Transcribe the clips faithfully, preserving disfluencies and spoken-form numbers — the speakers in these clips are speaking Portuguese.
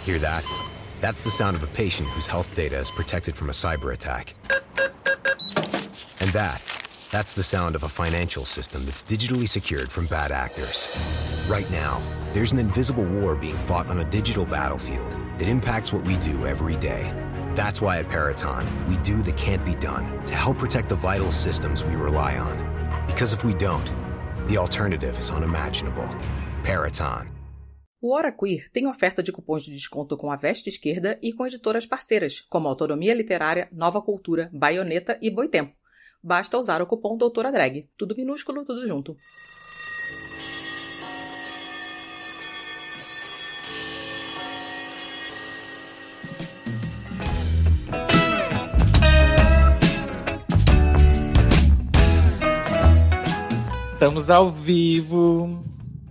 Hear that? That's the sound of a patient whose health data is protected from a cyber attack. And that, that's the sound of a financial system that's digitally secured from bad actors. Right now, there's an invisible war being fought on a digital battlefield that impacts what we do every day. That's why at Peraton, we do the can't be done to help protect the vital systems we rely on. Because if we don't, the alternative is unimaginable. Peraton. O Hora Queer tem oferta de cupons de desconto com a Veste Esquerda e com editoras parceiras, como Autonomia Literária, Nova Cultura, Baioneta e Boitempo. Basta usar o cupom Doutora Drag. Tudo minúsculo, tudo junto. Estamos ao vivo.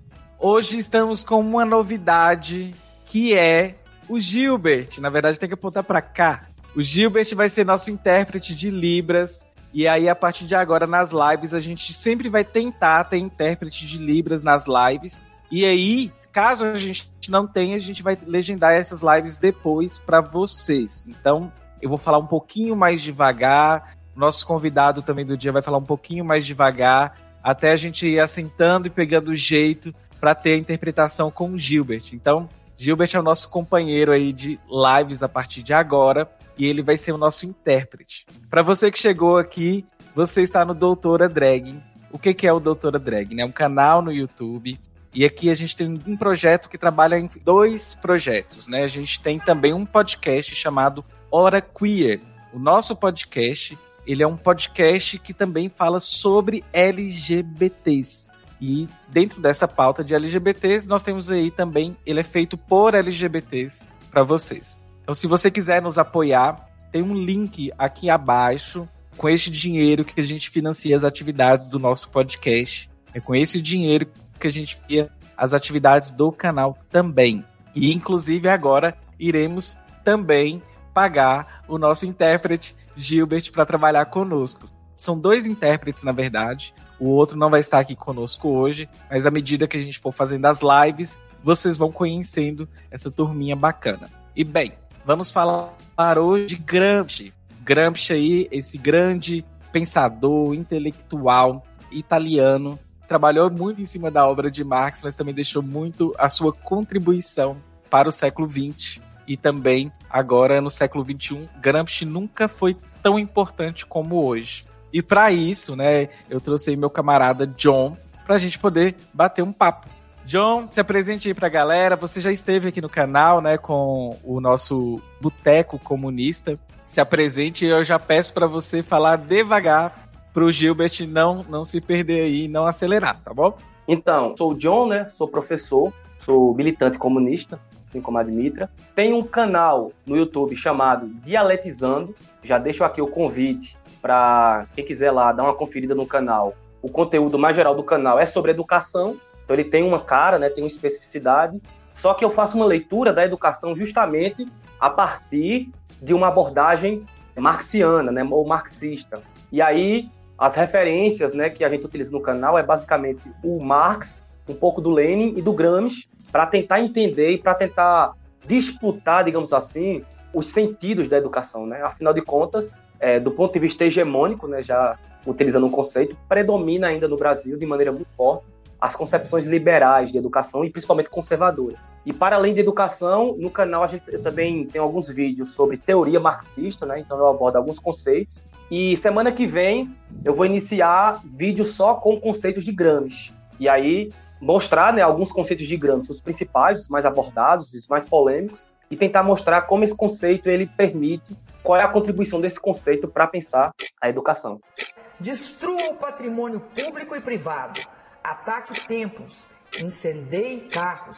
Hoje estamos com uma novidade, que é o Gilbert. Na verdade, tem que apontar para cá. O Gilbert vai ser nosso intérprete de Libras. E aí, a partir de agora, nas lives, a gente sempre vai tentar ter intérprete de Libras nas lives. E aí, caso a gente não tenha, a gente vai legendar essas lives depois para vocês. Então, eu vou falar um pouquinho mais devagar. Nosso convidado também do dia vai falar um pouquinho mais devagar, até a gente ir assentando e pegando o jeito para ter a interpretação com o Gilbert. Então, Gilbert é o nosso companheiro aí de lives a partir de agora, e ele vai ser o nosso intérprete. Para você que chegou aqui, você está no Doutora Drag. O que, que é o Doutora Drag? É um canal no YouTube, e aqui a gente tem um projeto que trabalha em dois projetos, né? A gente tem também um podcast chamado Hora Queer. O nosso podcast, ele é um podcast que também fala sobre L G B Ts. E dentro dessa pauta de L G B Ts, nós temos aí também, ele é feito por L G B Ts para vocês. Então, se você quiser nos apoiar, tem um link aqui abaixo com este dinheiro que a gente financia as atividades do nosso podcast. É com esse dinheiro que a gente financia as atividades do canal também. E, inclusive, agora iremos também pagar o nosso intérprete Gilbert para trabalhar conosco. São dois intérpretes, na verdade. O outro não vai estar aqui conosco hoje, mas à medida que a gente for fazendo as lives, vocês vão conhecendo essa turminha bacana. E bem, vamos falar hoje de Gramsci. Gramsci aí, esse grande pensador, intelectual italiano, trabalhou muito em cima da obra de Marx, mas também deixou muito a sua contribuição para o século vinte. E também, agora no século vinte e um, Gramsci nunca foi tão importante como hoje. E para isso, né, eu trouxe aí meu camarada John, para a gente poder bater um papo. John, se apresente aí para a galera. Você já esteve aqui no canal, né, com o nosso Boteco Comunista. Se apresente e eu já peço para você falar devagar para o Gilbert não, não se perder aí e não acelerar, tá bom? Então, sou o John, né, sou professor, sou militante comunista, assim como a Dimitra. Tenho um canal no YouTube chamado Dialetizando. Já deixo aqui o convite para quem quiser lá dar uma conferida no canal. O conteúdo mais geral do canal é sobre educação, então ele tem uma cara, né, tem uma especificidade, só que eu faço uma leitura da educação justamente a partir de uma abordagem marxiana, né, ou marxista. E aí, as referências, né, que a gente utiliza no canal é basicamente o Marx, um pouco do Lenin e do Gramsci, para tentar entender e para tentar disputar, digamos assim, os sentidos da educação, né? Afinal de contas, é, do ponto de vista hegemônico, né, já utilizando um conceito, predomina ainda no Brasil, de maneira muito forte, as concepções liberais de educação e principalmente conservadoras. E para além de educação, no canal a gente também tem alguns vídeos sobre teoria marxista, né? Então eu abordo alguns conceitos. E semana que vem eu vou iniciar vídeos só com conceitos de Gramsci. E aí mostrar, né, alguns conceitos de Gramsci, os principais, os mais abordados, os mais polêmicos, e tentar mostrar como esse conceito ele permite, qual é a contribuição desse conceito para pensar a educação. Destrua o patrimônio público e privado, ataque templos, incendeie carros.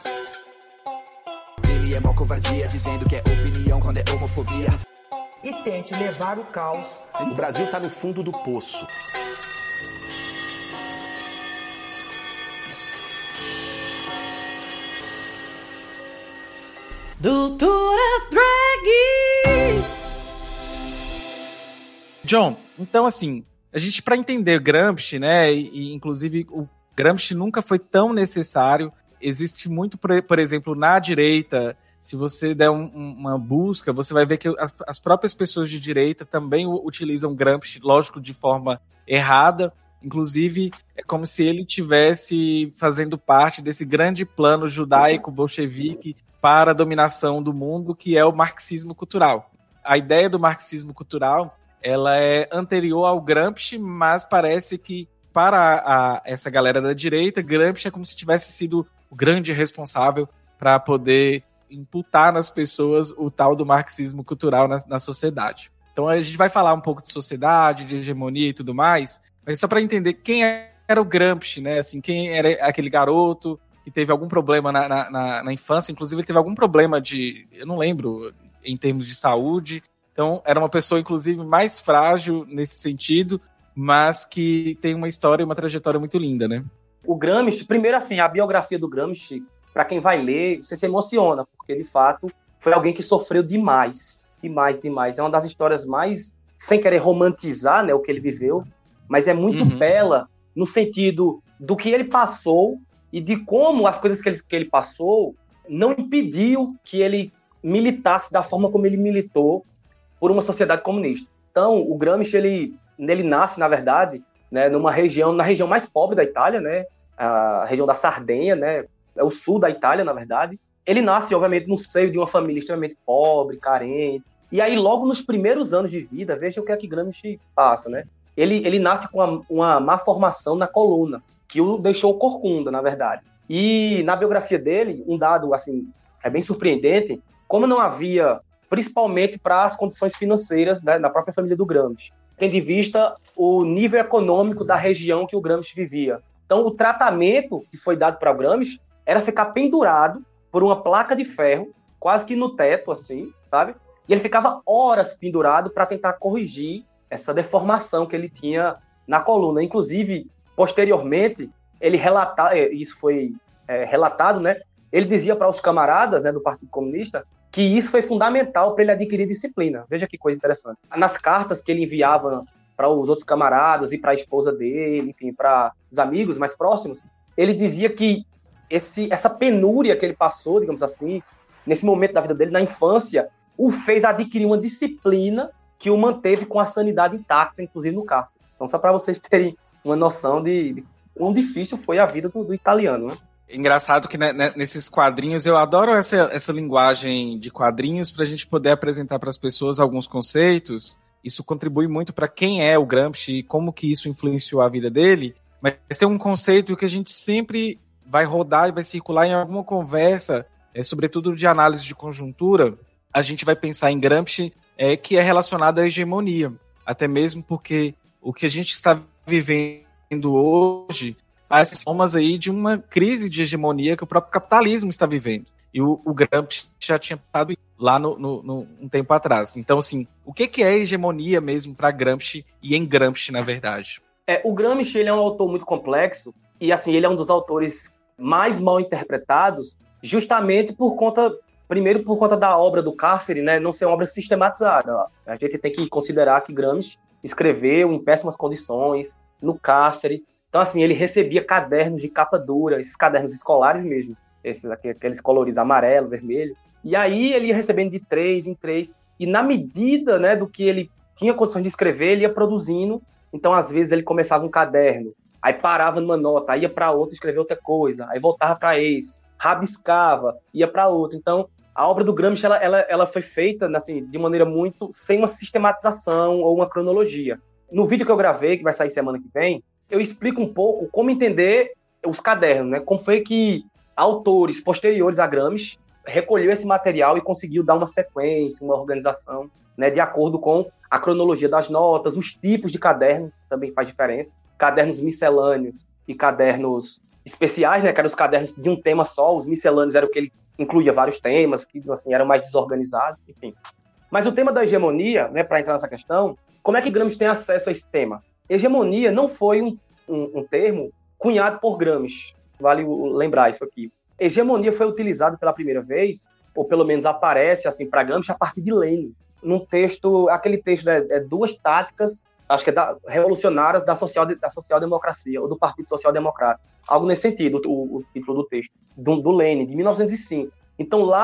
Ele é mó covardia, dizendo que é opinião quando é homofobia. E tente levar o caos. O Brasil tá no fundo do poço. Doutora Drag! John, então assim, a gente para entender Gramsci, né, e, e inclusive o Gramsci nunca foi tão necessário. Existe muito, por, por exemplo, na direita, se você der um, uma busca, você vai ver que as, as próprias pessoas de direita também utilizam Gramsci, lógico, de forma errada. Inclusive, é como se ele estivesse fazendo parte desse grande plano judaico-bolchevique para a dominação do mundo, que é o marxismo cultural. A ideia do marxismo cultural, ela é anterior ao Gramsci, mas parece que para a, a, essa galera da direita, Gramsci é como se tivesse sido o grande responsável para poder imputar nas pessoas o tal do marxismo cultural na, na sociedade. Então a gente vai falar um pouco de sociedade, de hegemonia e tudo mais, mas só para entender quem era o Gramsci, né? Assim, quem era aquele garoto que teve algum problema na, na, na infância, inclusive ele teve algum problema de, eu não lembro, em termos de saúde. Então era uma pessoa, inclusive, mais frágil nesse sentido, mas que tem uma história e uma trajetória muito linda, né? O Gramsci, primeiro assim, a biografia do Gramsci, para quem vai ler, você se emociona, porque de fato foi alguém que sofreu demais, demais, demais. É uma das histórias mais, sem querer romantizar, né, o que ele viveu, mas é muito uhum. bela no sentido do que ele passou e de como as coisas que ele, que ele passou não impediu que ele militasse da forma como ele militou por uma sociedade comunista. Então, o Gramsci, ele, ele nasce, na verdade, né, numa região, na região mais pobre da Itália, né, a região da Sardenha, né, é o sul da Itália, na verdade. Ele nasce, obviamente, no seio de uma família extremamente pobre, carente. E aí, logo nos primeiros anos de vida, veja o que é que Gramsci passa, né? Ele, ele nasce com uma, uma má formação na coluna, que o deixou corcunda, na verdade. E na biografia dele, um dado, assim, é bem surpreendente, como não havia, principalmente para as condições financeiras, né, na própria família do Gramsci, tendo em vista o nível econômico da região que o Gramsci vivia. Então, o tratamento que foi dado para o Gramsci era ficar pendurado por uma placa de ferro, quase que no teto, assim, sabe? E ele ficava horas pendurado para tentar corrigir essa deformação que ele tinha na coluna. Inclusive, posteriormente, ele relatava, isso foi é, relatado, né? Ele dizia para os camaradas, né, do Partido Comunista que isso foi fundamental para ele adquirir disciplina. Veja que coisa interessante. Nas cartas que ele enviava para os outros camaradas e para a esposa dele, enfim, para os amigos mais próximos, ele dizia que esse, essa penúria que ele passou, digamos assim, nesse momento da vida dele, na infância, o fez adquirir uma disciplina que o manteve com a sanidade intacta, inclusive no cárcere. Então, só para vocês terem uma noção de, de quão difícil foi a vida do, do italiano, né? Engraçado que né, nesses quadrinhos, eu adoro essa, essa linguagem de quadrinhos para a gente poder apresentar para as pessoas alguns conceitos. Isso contribui muito para quem é o Gramsci e como que isso influenciou a vida dele. Mas tem um conceito que a gente sempre vai rodar e vai circular em alguma conversa, é, sobretudo de análise de conjuntura. A gente vai pensar em Gramsci, é, que é relacionado à hegemonia. Até mesmo porque o que a gente está vivendo hoje parece somas aí de uma crise de hegemonia que o próprio capitalismo está vivendo. E o, o Gramsci já tinha estado lá no, no, no, um tempo atrás. Então, assim, o que, que é hegemonia mesmo para Gramsci e em Gramsci, na verdade? É, o Gramsci, ele é um autor muito complexo e, assim, ele é um dos autores mais mal interpretados justamente por conta, primeiro, por conta da obra do cárcere, né, não ser uma obra sistematizada. A gente tem que considerar que Gramsci escreveu em péssimas condições, no cárcere. Então, assim, ele recebia cadernos de capa dura, esses cadernos escolares mesmo, esses aqui, aqueles coloridos amarelo, vermelho. E aí ele ia recebendo de três em três. E na medida, né, do que ele tinha condições de escrever, ele ia produzindo. Então, às vezes, ele começava um caderno, aí parava numa nota, aí ia para outro escrever outra coisa, aí voltava para esse, rabiscava, ia para outro. Então, a obra do Gramsci, ela, ela, ela foi feita, assim, de maneira muito, sem uma sistematização ou uma cronologia. No vídeo que eu gravei, que vai sair semana que vem, eu explico um pouco como entender os cadernos, né? Como foi que autores posteriores a Gramsci recolheu esse material e conseguiu dar uma sequência, uma organização, né, de acordo com a cronologia das notas, os tipos de cadernos, também faz diferença. Cadernos miscelâneos e cadernos especiais, né, que eram os cadernos de um tema só. Os miscelâneos eram o que ele incluía vários temas, que assim, eram mais desorganizados, enfim. Mas o tema da hegemonia, né, para entrar nessa questão, como é que Gramsci tem acesso a esse tema? Hegemonia não foi um, um, um termo cunhado por Gramsci, vale lembrar isso aqui. Hegemonia foi utilizado pela primeira vez, ou pelo menos aparece assim para Gramsci a partir de Lenin, num texto, aquele texto é, é duas táticas, acho que é da, revolucionárias da social da social-democracia, ou do Partido Social Democrata, algo nesse sentido, o, o título do texto, do, do Lenin, de mil novecentos e cinco. Então lá,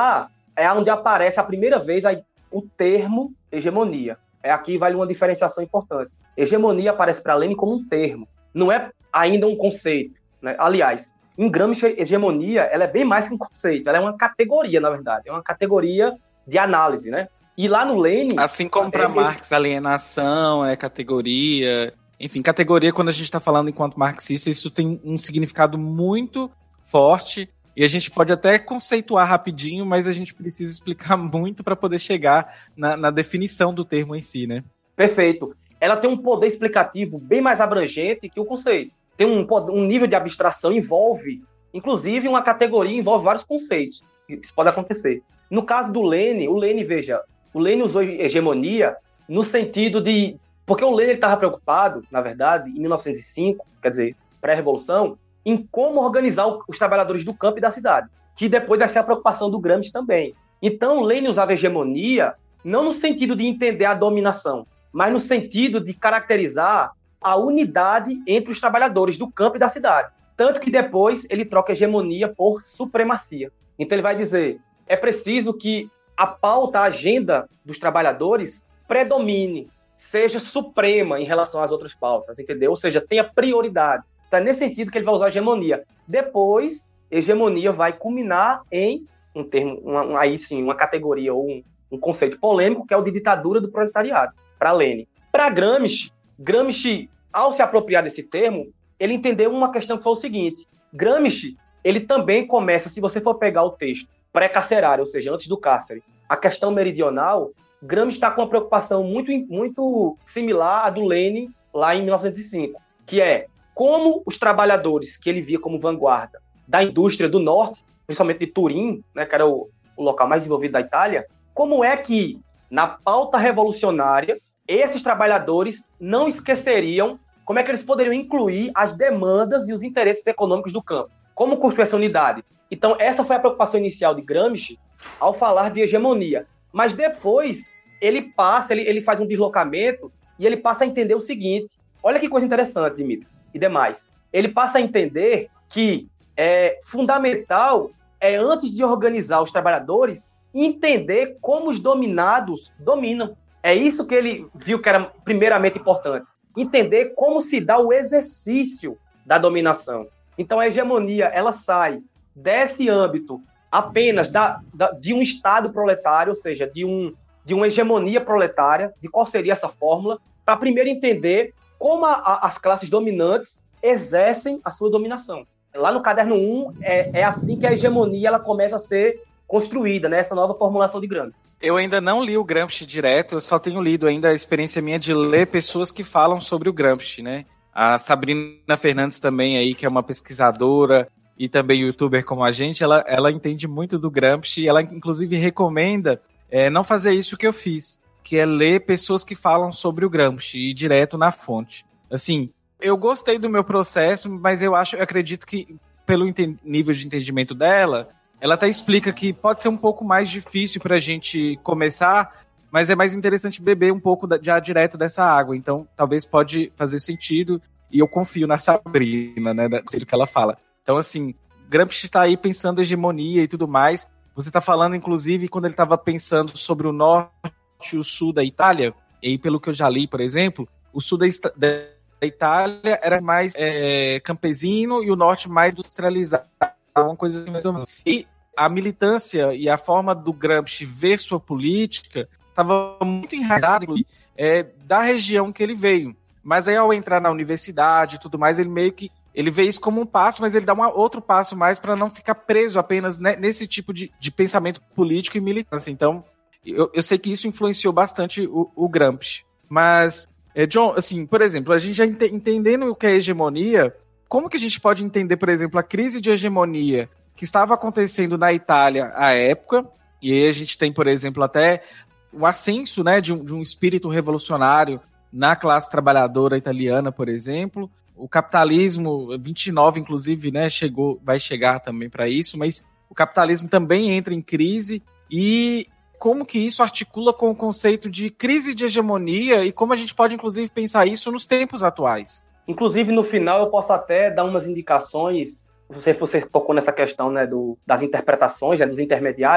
é onde aparece a primeira vez a, o termo hegemonia. É aqui vale uma diferenciação importante. Hegemonia aparece para Lenin como um termo, não é ainda um conceito, né? Aliás, em Gramsci, hegemonia ela é bem mais que um conceito, ela é uma categoria, na verdade, é uma categoria de análise, né? E lá no Lenin... Assim como para é, Marx, alienação é categoria... Enfim, categoria, quando a gente está falando enquanto marxista, isso tem um significado muito forte e a gente pode até conceituar rapidinho, mas a gente precisa explicar muito para poder chegar na, na definição do termo em si, né? Perfeito. Ela tem um poder explicativo bem mais abrangente que o conceito. Tem um, um nível de abstração, envolve, inclusive uma categoria envolve vários conceitos. Isso pode acontecer. No caso do Lenin, o Lenin, veja, o Lenin usou hegemonia no sentido de... Porque o Lenin estava preocupado, na verdade, em mil novecentos e cinco, quer dizer, pré-revolução, em como organizar os trabalhadores do campo e da cidade, que depois vai ser a preocupação do Gramsci também. Então, Lenin usava hegemonia não no sentido de entender a dominação, mas no sentido de caracterizar a unidade entre os trabalhadores do campo e da cidade. Tanto que depois ele troca hegemonia por supremacia. Então ele vai dizer, é preciso que a pauta, a agenda dos trabalhadores predomine, seja suprema em relação às outras pautas, entendeu? Ou seja, tenha prioridade. Então é nesse sentido que ele vai usar hegemonia. Depois, hegemonia vai culminar em um termo, uma, aí sim, uma categoria ou um, um conceito polêmico, que é o de ditadura do proletariado, para Lenin. Para Gramsci, Gramsci, ao se apropriar desse termo, ele entendeu uma questão que foi o seguinte, Gramsci, ele também começa, se você for pegar o texto pré-carcerário, ou seja, antes do cárcere, a questão meridional, Gramsci está com uma preocupação muito, muito similar à do Lenin lá em mil novecentos e cinco, que é como os trabalhadores que ele via como vanguarda da indústria do norte, principalmente de Turim, né, que era o, o local mais desenvolvido da Itália, como é que, na pauta revolucionária, esses trabalhadores não esqueceriam como é que eles poderiam incluir as demandas e os interesses econômicos do campo. Como construir essa unidade? Então, essa foi a preocupação inicial de Gramsci ao falar de hegemonia. Mas depois, ele passa, ele, ele faz um deslocamento e ele passa a entender o seguinte. Olha que coisa interessante, Dimitri, e demais. Ele passa a entender que é fundamental, é, antes de organizar os trabalhadores, entender como os dominados dominam. É isso que ele viu que era primeiramente importante. Entender como se dá o exercício da dominação. Então, a hegemonia, ela sai desse âmbito apenas da, da, de um Estado proletário, ou seja, de, um, de uma hegemonia proletária, de qual seria essa fórmula, para primeiro entender como a, a, as classes dominantes exercem a sua dominação. Lá no caderno um, é, é assim que a hegemonia ela começa a ser construída, né, essa nova formulação de Gramsci. Eu ainda não li o Gramsci direto, eu só tenho lido ainda a experiência minha de ler pessoas que falam sobre o Gramsci, né? A Sabrina Fernandes também aí, que é uma pesquisadora e também youtuber como a gente, ela, ela entende muito do Gramsci e ela inclusive recomenda é, não fazer isso que eu fiz, que é ler pessoas que falam sobre o Gramsci e ir direto na fonte. Assim, eu gostei do meu processo, mas eu acho, eu acredito que pelo ente- nível de entendimento dela, ela até explica que pode ser um pouco mais difícil para a gente começar, mas é mais interessante beber um pouco já direto dessa água. Então, talvez pode fazer sentido, e eu confio na Sabrina, né, do que ela fala. Então, assim, Gramsci está aí pensando hegemonia e tudo mais. Você está falando, inclusive, quando ele estava pensando sobre o norte e o sul da Itália, e pelo que eu já li, por exemplo, o sul da, da Itália era mais é, campesino e o norte mais industrializado. Uma coisa assim mais ou menos. E a militância e a forma do Gramsci ver sua política estava muito enraizada é, da região que ele veio. Mas aí, ao entrar na universidade e tudo mais, ele meio que ele vê isso como um passo, mas ele dá um outro passo mais para não ficar preso apenas né, nesse tipo de, de pensamento político e militância. Então, eu, eu sei que isso influenciou bastante o, o Gramsci. Mas, é, John, assim, por exemplo, a gente já ent- entendendo o que é hegemonia, como que a gente pode entender, por exemplo, a crise de hegemonia que estava acontecendo na Itália à época, e aí a gente tem, por exemplo, até o ascenso né, de, um, de um espírito revolucionário na classe trabalhadora italiana, por exemplo, o capitalismo, vinte e nove, inclusive, né, chegou, vai chegar também para isso, mas o capitalismo também entra em crise, e como que isso articula com o conceito de crise de hegemonia, e como a gente pode, inclusive, pensar isso nos tempos atuais? Inclusive, no final, eu posso até dar umas indicações, você, você tocou nessa questão né, do, das interpretações, né, dos intermediários,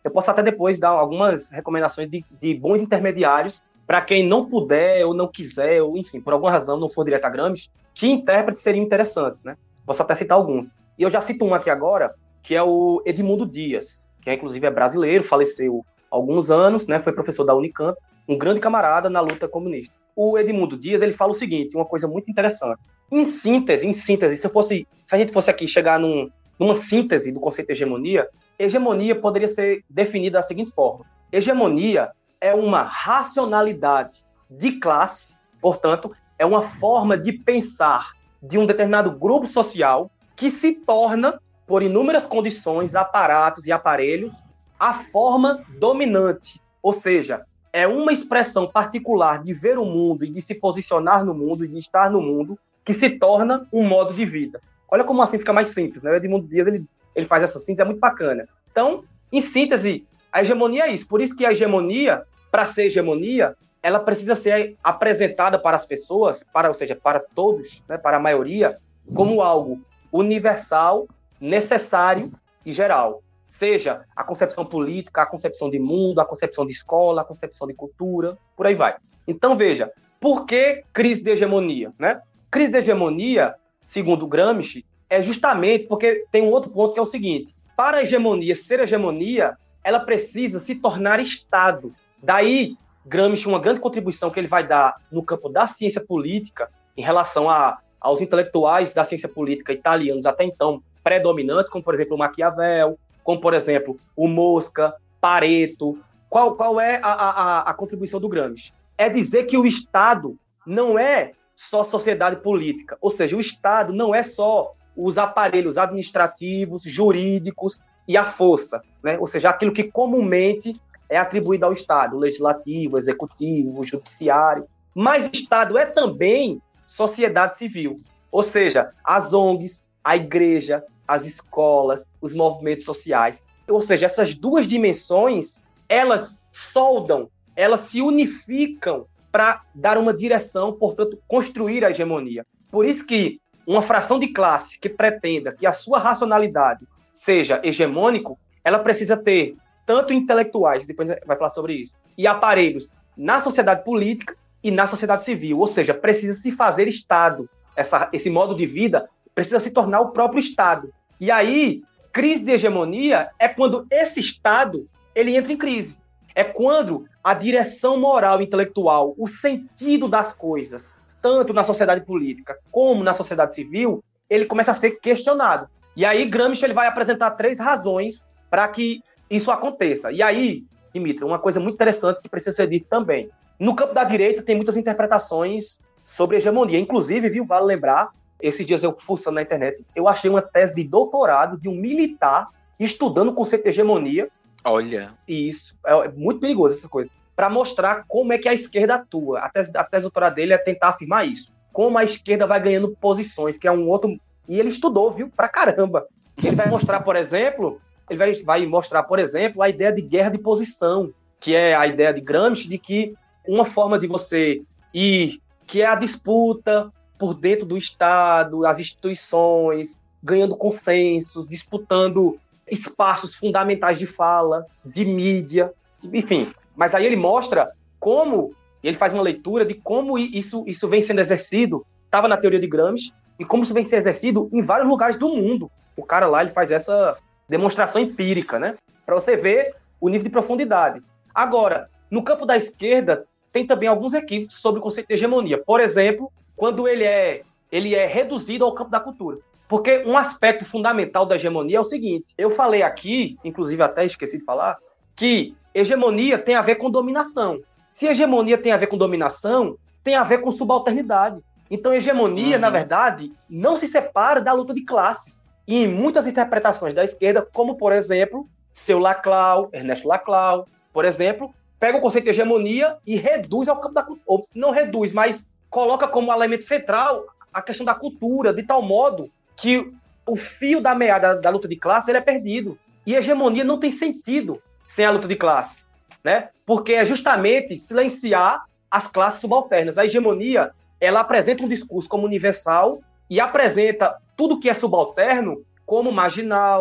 Eu posso até depois dar algumas recomendações de, de bons intermediários para quem não puder ou não quiser, ou enfim, por alguma razão não for direto a Gramsci, que intérpretes seriam interessantes, né? Posso até citar alguns. E eu já cito um aqui agora, que é o Edmundo Dias, que é, inclusive é brasileiro, faleceu há alguns anos, né? Foi professor da Unicamp, um grande camarada na luta comunista. O Edmundo Dias, ele fala o seguinte, uma coisa muito interessante. Em síntese, em síntese, se, eu fosse, se a gente fosse aqui chegar num, numa síntese do conceito de hegemonia, hegemonia poderia ser definida da seguinte forma. Hegemonia é uma racionalidade de classe, portanto, é uma forma de pensar de um determinado grupo social que se torna, por inúmeras condições, aparatos e aparelhos, a forma dominante. Ou seja, é uma expressão particular de ver o mundo e de se posicionar no mundo e de estar no mundo que se torna um modo de vida. Olha como assim fica mais simples, né? O Edmundo Dias, ele, ele faz essa síntese, é muito bacana. Então, em síntese, a hegemonia é isso. Por isso que a hegemonia, para ser hegemonia, ela precisa ser apresentada para as pessoas, para, ou seja, para todos, né, para a maioria, como algo universal, necessário e geral. Seja a concepção política, a concepção de mundo, a concepção de escola, a concepção de cultura, por aí vai. Então, veja, por que crise de hegemonia, né? Crise de hegemonia, segundo Gramsci, é justamente porque tem um outro ponto que é o seguinte: para a hegemonia ser hegemonia, ela precisa se tornar Estado. Daí, Gramsci, uma grande contribuição que ele vai dar no campo da ciência política, em relação a, aos intelectuais da ciência política italianos até então predominantes, como, por exemplo, o Maquiavel, como, por exemplo, o Mosca, Pareto. Qual, qual é a, a, a contribuição do Gramsci? É dizer que o Estado não é só sociedade política, ou seja, o Estado não é só os aparelhos administrativos, jurídicos e a força, né? Ou seja, aquilo que comumente é atribuído ao Estado, o legislativo, o executivo, o judiciário. Mas Estado é também sociedade civil, ou seja, as O N Gs, a igreja, as escolas, os movimentos sociais. Ou seja, essas duas dimensões, elas soldam, elas se unificam para dar uma direção, portanto, construir a hegemonia. Por isso que uma fração de classe que pretenda que a sua racionalidade seja hegemônico, ela precisa ter tanto intelectuais, depois a gente vai falar sobre isso, e aparelhos na sociedade política e na sociedade civil. Ou seja, precisa se fazer Estado. Essa, esse modo de vida precisa se tornar o próprio Estado. E aí, crise de hegemonia é quando esse Estado ele entra em crise. É quando a direção moral e intelectual, o sentido das coisas, tanto na sociedade política como na sociedade civil, ele começa a ser questionado. E aí, Gramsci ele vai apresentar três razões para que isso aconteça. E aí, Dimitri, uma coisa muito interessante que precisa ser dita também. No campo da direita tem muitas interpretações sobre hegemonia. Inclusive, viu, vale lembrar, esses dias eu fuçando na internet, eu achei uma tese de doutorado de um militar estudando o conceito de hegemonia. Olha. E isso é muito perigoso, essas coisas. Para mostrar como é que a esquerda atua. A tese, a tese doutorada dele é tentar afirmar isso. Como a esquerda vai ganhando posições, que é um outro... E ele estudou, viu? Pra caramba. Ele vai mostrar, por exemplo... Ele vai, vai mostrar, por exemplo, a ideia de guerra de posição, que é a ideia de Gramsci de que uma forma de você ir, que é a disputa por dentro do Estado, as instituições, ganhando consensos, disputando espaços fundamentais de fala, de mídia, enfim. Mas aí ele mostra como, ele faz uma leitura de como isso, isso vem sendo exercido, estava na teoria de Gramsci, e como isso vem sendo exercido em vários lugares do mundo. O cara lá, ele faz essa demonstração empírica, né? Para você ver o nível de profundidade. Agora, no campo da esquerda, tem também alguns equívocos sobre o conceito de hegemonia. Por exemplo, quando ele é, ele é reduzido ao campo da cultura. Porque um aspecto fundamental da hegemonia é o seguinte, eu falei aqui, inclusive até esqueci de falar, que hegemonia tem a ver com dominação. Se hegemonia tem a ver com dominação, tem a ver com subalternidade. Então, hegemonia, uhum. na verdade, não se separa da luta de classes. E em muitas interpretações da esquerda, como, por exemplo, seu Laclau, Ernesto Laclau, por exemplo, pega o conceito de hegemonia e reduz ao campo da cultura. Ou não reduz, mas coloca como elemento central a questão da cultura, de tal modo que o fio da meada da, da luta de classe ele é perdido. E hegemonia não tem sentido sem a luta de classe, né? Porque é justamente silenciar as classes subalternas. A hegemonia, ela apresenta um discurso como universal e apresenta tudo que é subalterno como marginal,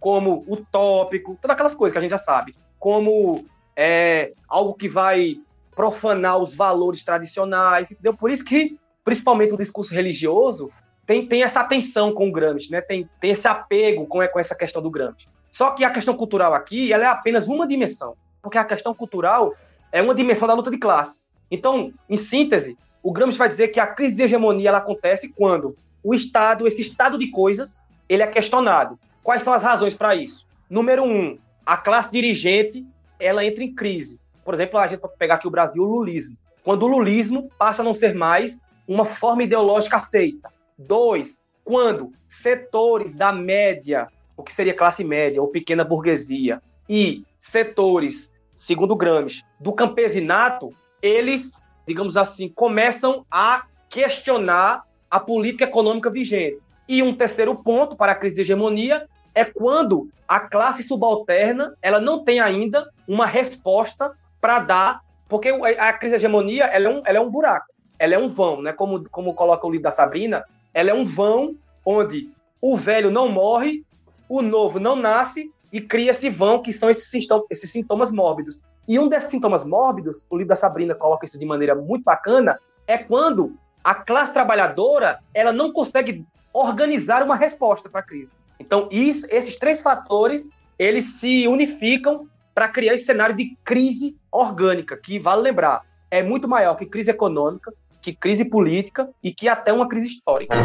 como utópico, todas aquelas coisas que a gente já sabe, como é, algo que vai profanar os valores tradicionais, entendeu? Por isso que, principalmente o discurso religioso, tem, tem essa atenção com o Gramsci, né? tem, tem esse apego com, com essa questão do Gramsci. Só que a questão cultural aqui, ela é apenas uma dimensão, porque a questão cultural é uma dimensão da luta de classe. Então, em síntese, o Gramsci vai dizer que a crise de hegemonia ela acontece quando o Estado, esse estado de coisas, ele é questionado. Quais são as razões para isso? Número um, a classe dirigente, ela entra em crise. Por exemplo, a gente pode pegar aqui o Brasil, o lulismo. Quando o lulismo passa a não ser mais uma forma ideológica aceita. Dois, quando setores da média, o que seria classe média ou pequena burguesia, e setores, segundo Gramsci, do campesinato, eles, digamos assim, começam a questionar a política econômica vigente. E um terceiro ponto para a crise de hegemonia é quando a classe subalterna ela não tem ainda uma resposta para dar, porque a crise de hegemonia ela é, um, ela é um buraco, ela é um vão, né? como, como coloca o livro da Sabrina, ela é um vão onde o velho não morre, o novo não nasce e cria esse vão que são esses sintomas, esses sintomas mórbidos. E um desses sintomas mórbidos, o livro da Sabrina coloca isso de maneira muito bacana, é quando a classe trabalhadora ela não consegue organizar uma resposta para a crise. Então, isso, esses três fatores, eles se unificam para criar esse cenário de crise orgânica, que, vale lembrar, é muito maior que crise econômica, que crise política e que até uma crise histórica.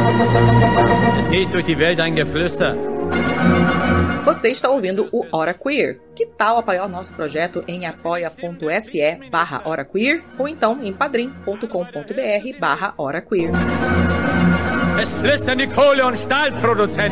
Es geht durch die Welt ein Geflüster. Você está ouvindo o Hora Queer. Que tal apoiar o nosso projeto em apoia.se barra Hora Queer ou então em padrim.com.br barra Hora Queer. Es flüstern die Kohle- und Stahlproduzenten.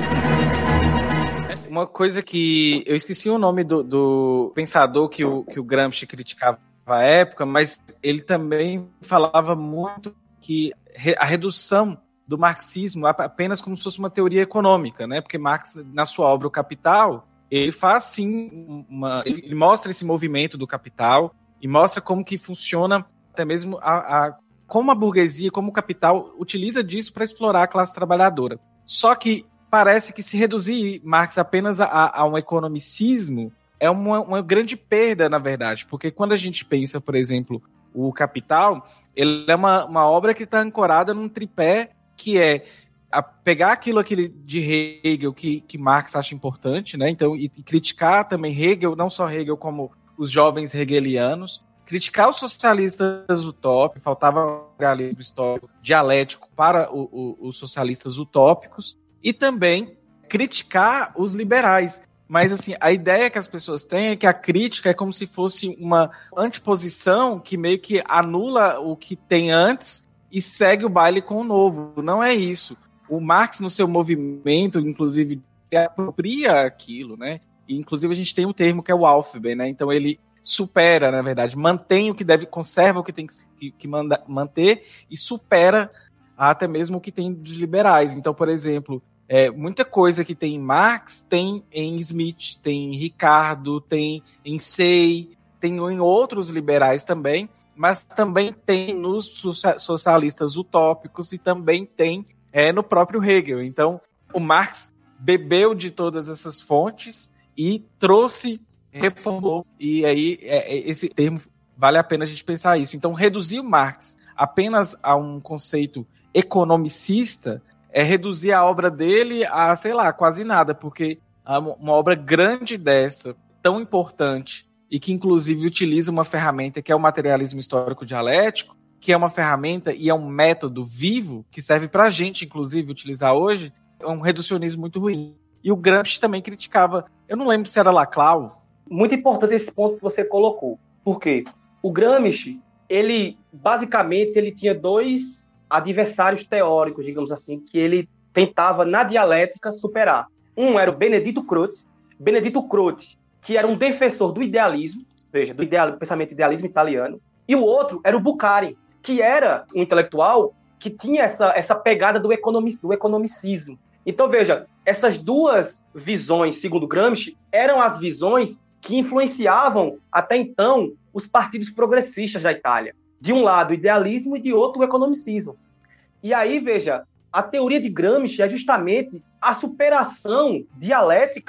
Uma coisa que... Eu esqueci o nome do, do pensador que o, que o Gramsci criticava à época, mas ele também falava muito que a redução do marxismo apenas como se fosse uma teoria econômica, né? Porque Marx, na sua obra O Capital, ele faz sim, uma, ele mostra esse movimento do capital e mostra como que funciona até mesmo a, a como a burguesia, como o capital utiliza disso para explorar a classe trabalhadora. Só que parece que se reduzir Marx apenas a, a um economicismo é uma, uma grande perda, na verdade, porque quando a gente pensa, por exemplo, o Capital, ele é uma, uma obra que está ancorada num tripé que é a pegar aquilo aquele de Hegel que, que Marx acha importante, né? Então, e, e criticar também Hegel, não só Hegel como os jovens hegelianos, criticar os socialistas utópicos, faltava um realismo histórico dialético para o, o, os socialistas utópicos, e também criticar os liberais. Mas, assim, a ideia que as pessoas têm é que a crítica é como se fosse uma anteposição que meio que anula o que tem antes e segue o baile com o novo. Não é isso. O Marx, no seu movimento, inclusive, apropria aquilo, né? E, inclusive, a gente tem um termo que é o Aufbau, né? Então, ele supera, na verdade, mantém o que deve, conserva o que tem que, que manda, manter e supera até mesmo o que tem dos liberais. Então, por exemplo, é, muita coisa que tem em Marx tem em Smith, tem em Ricardo, tem em Say, tem em outros liberais também, mas também tem nos socialistas utópicos e também tem é, no próprio Hegel. Então, o Marx bebeu de todas essas fontes e trouxe, reformou, e aí é, é, esse termo vale a pena a gente pensar isso. Então, reduzir o Marx apenas a um conceito economicista é reduzir a obra dele a, sei lá, quase nada, porque uma obra grande dessa, tão importante, e que inclusive utiliza uma ferramenta que é o materialismo histórico dialético, que é uma ferramenta e é um método vivo, que serve para a gente, inclusive, utilizar hoje, é um reducionismo muito ruim. E o Gramsci também criticava, eu não lembro se era Laclau. Muito importante esse ponto que você colocou. Por quê? O Gramsci, ele, basicamente, ele tinha dois adversários teóricos, digamos assim, que ele tentava, na dialética, superar. Um era o Benedetto Croce. Benedetto Croce, que era um defensor do idealismo, veja, do, ideal, do pensamento idealismo italiano, e o outro era o Bukharin, que era um intelectual que tinha essa, essa pegada do, economic, do economicismo. Então, veja, essas duas visões, segundo Gramsci, eram as visões que influenciavam, até então, os partidos progressistas da Itália. De um lado, o idealismo e de outro, o economicismo. E aí, veja, a teoria de Gramsci é justamente a superação dialética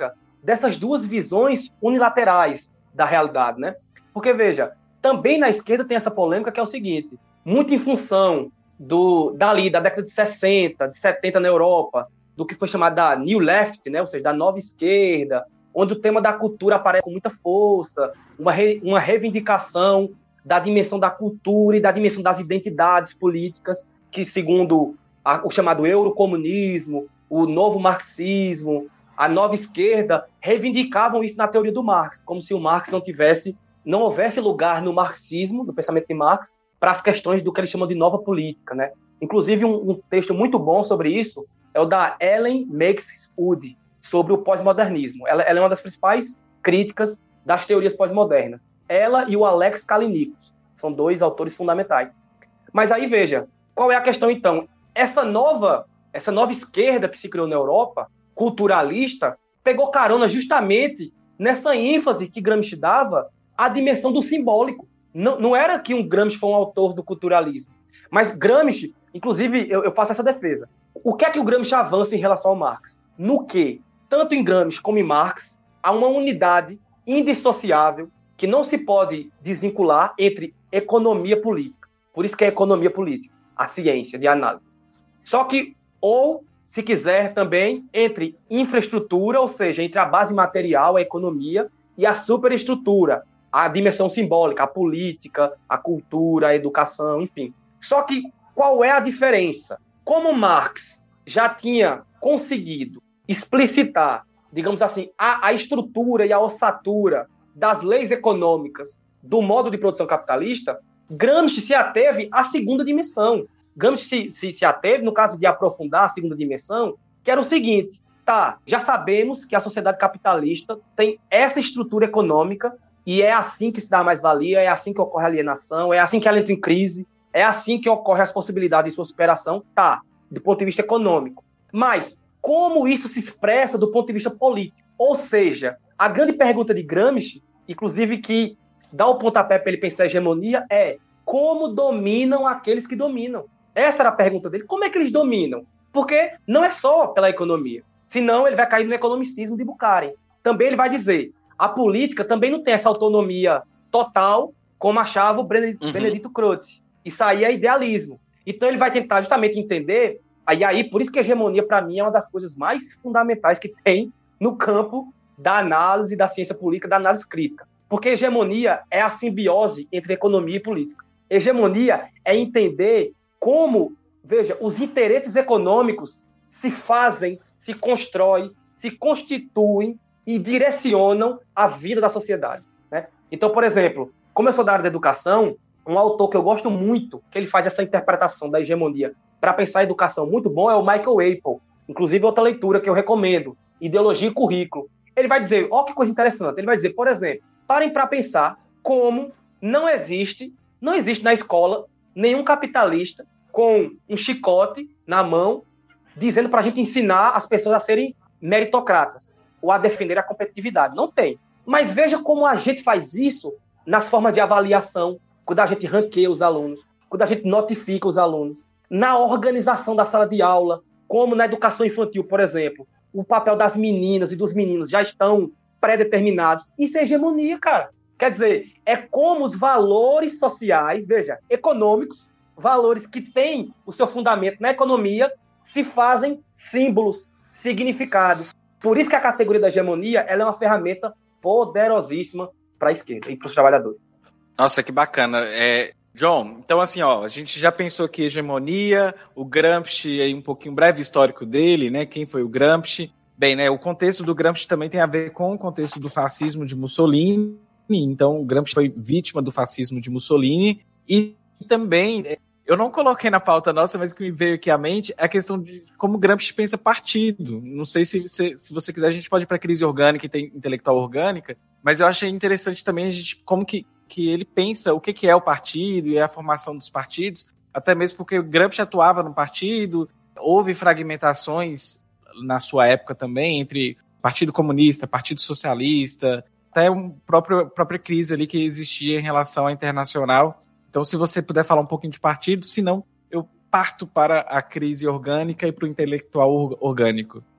dessas duas visões unilaterais da realidade, né? Porque, veja, também na esquerda tem essa polêmica que é o seguinte, muito em função do, dali, da década de sessenta, de setenta na Europa, do que foi chamado da New Left, né? Ou seja, da nova esquerda, onde o tema da cultura aparece com muita força, uma, re, uma reivindicação da dimensão da cultura e da dimensão das identidades políticas, que, segundo a, o chamado eurocomunismo, o novo marxismo, a nova esquerda, reivindicavam isso na teoria do Marx, como se o Marx não tivesse, não houvesse lugar no marxismo, no pensamento de Marx, para as questões do que eles chamam de nova política, né? Inclusive, um, um texto muito bom sobre isso é o da Ellen Makes Wood, sobre o pós-modernismo. Ela, ela é uma das principais críticas das teorias pós-modernas. Ela e o Alex Kalinikos são dois autores fundamentais. Mas aí, veja, qual é a questão, então? Essa nova, essa nova esquerda que se criou na Europa, culturalista, pegou carona justamente nessa ênfase que Gramsci dava à dimensão do simbólico. Não, não era que um Gramsci foi um autor do culturalismo, mas Gramsci, inclusive, eu, eu faço essa defesa. O que é que o Gramsci avança em relação ao Marx? No que, tanto em Gramsci como em Marx, há uma unidade indissociável que não se pode desvincular entre economia e política. Por isso que é economia política, a ciência de análise. Só que, ou, se quiser também, entre infraestrutura, ou seja, entre a base material, a economia, e a superestrutura, a dimensão simbólica, a política, a cultura, a educação, enfim. Só que, qual é a diferença? Como Marx já tinha conseguido explicitar, digamos assim, a, a estrutura e a ossatura das leis econômicas do modo de produção capitalista, Gramsci se ateve à segunda dimensão. Gramsci se, se, se ateve, no caso de aprofundar a segunda dimensão, que era o seguinte, tá, já sabemos que a sociedade capitalista tem essa estrutura econômica e é assim que se dá a mais-valia, é assim que ocorre a alienação, é assim que ela entra em crise, é assim que ocorre as possibilidades de sua superação, tá, do ponto de vista econômico. Mas como isso se expressa do ponto de vista político? Ou seja, a grande pergunta de Gramsci, inclusive que dá o pontapé para ele pensar a hegemonia, é como dominam aqueles que dominam? Essa era a pergunta dele. Como é que eles dominam? Porque não é só pela economia. Senão ele vai cair no economicismo de Bukharin. Também ele vai dizer, a política também não tem essa autonomia total, como achava o Benedito, uhum. Benedito Croce. Isso aí é idealismo. Então ele vai tentar justamente entender, aí, aí por isso que a hegemonia, para mim, é uma das coisas mais fundamentais que tem no campo da análise da ciência política, da análise crítica. Porque hegemonia é a simbiose entre economia e política. Hegemonia é entender como, veja, os interesses econômicos se fazem, se constroem, se constituem e direcionam a vida da sociedade, né? Então, por exemplo, como eu sou da área da educação, um autor que eu gosto muito, que ele faz essa interpretação da hegemonia para pensar a educação muito bom, é o Michael Apple. Inclusive, outra leitura que eu recomendo, Ideologia e Currículo. Ele vai dizer, ó que coisa interessante, ele vai dizer, por exemplo, parem para pensar como não existe, não existe na escola nenhum capitalista com um chicote na mão dizendo para a gente ensinar as pessoas a serem meritocratas ou a defender a competitividade. Não tem. Mas veja como a gente faz isso nas formas de avaliação, quando a gente ranqueia os alunos, quando a gente notifica os alunos, na organização da sala de aula, como na educação infantil, por exemplo. O papel das meninas e dos meninos já estão pré-determinados. Isso é hegemonia, cara. Quer dizer, é como os valores sociais, veja, econômicos, valores que têm o seu fundamento na economia, se fazem símbolos, significados. Por isso que a categoria da hegemonia ela é uma ferramenta poderosíssima para a esquerda e para os trabalhadores. Nossa, que bacana. É, John, então assim, ó, a gente já pensou aqui hegemonia, o Gramsci, aí um pouquinho breve histórico dele, né? Quem foi o Gramsci? Bem, né? O contexto do Gramsci também tem a ver com o contexto do fascismo de Mussolini. Então, o Gramsci foi vítima do fascismo de Mussolini. E também, eu não coloquei na pauta nossa, mas o que me veio aqui à mente é a questão de como Gramsci pensa partido. Não sei se você, se você quiser, a gente pode ir para a crise orgânica e intelectual orgânica, mas eu achei interessante também a gente, como que, que ele pensa o que, que é o partido e a formação dos partidos, até mesmo porque o Gramsci atuava no partido, houve fragmentações na sua época também entre Partido Comunista, Partido Socialista, até a própria, própria crise ali que existia em relação à internacional. Então, se você puder falar um pouquinho de partido, senão eu parto para a crise orgânica e para o intelectual orgânico.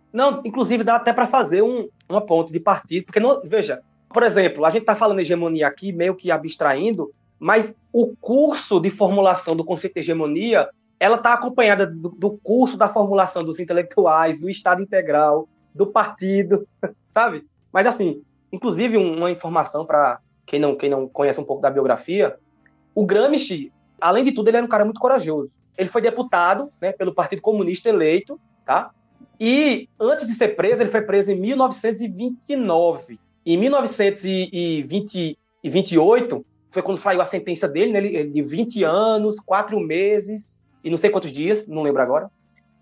Não, inclusive dá até para fazer um, uma ponte de partido, porque, não, veja, por exemplo, a gente está falando de hegemonia aqui, meio que abstraindo, mas o curso de formulação do conceito de hegemonia, ela está acompanhada do, do curso da formulação dos intelectuais, do Estado integral, do partido, sabe? Mas, assim, inclusive uma informação para quem não, quem não conhece um pouco da biografia, o Gramsci, além de tudo, ele era um cara muito corajoso. Ele foi deputado, né, pelo Partido Comunista eleito, tá? E antes de ser preso, ele foi preso em mil novecentos e vinte e nove. Em mil novecentos e vinte e vinte e oito, foi quando saiu a sentença dele, né, ele, de vinte anos, quatro meses e não sei quantos dias, não lembro agora.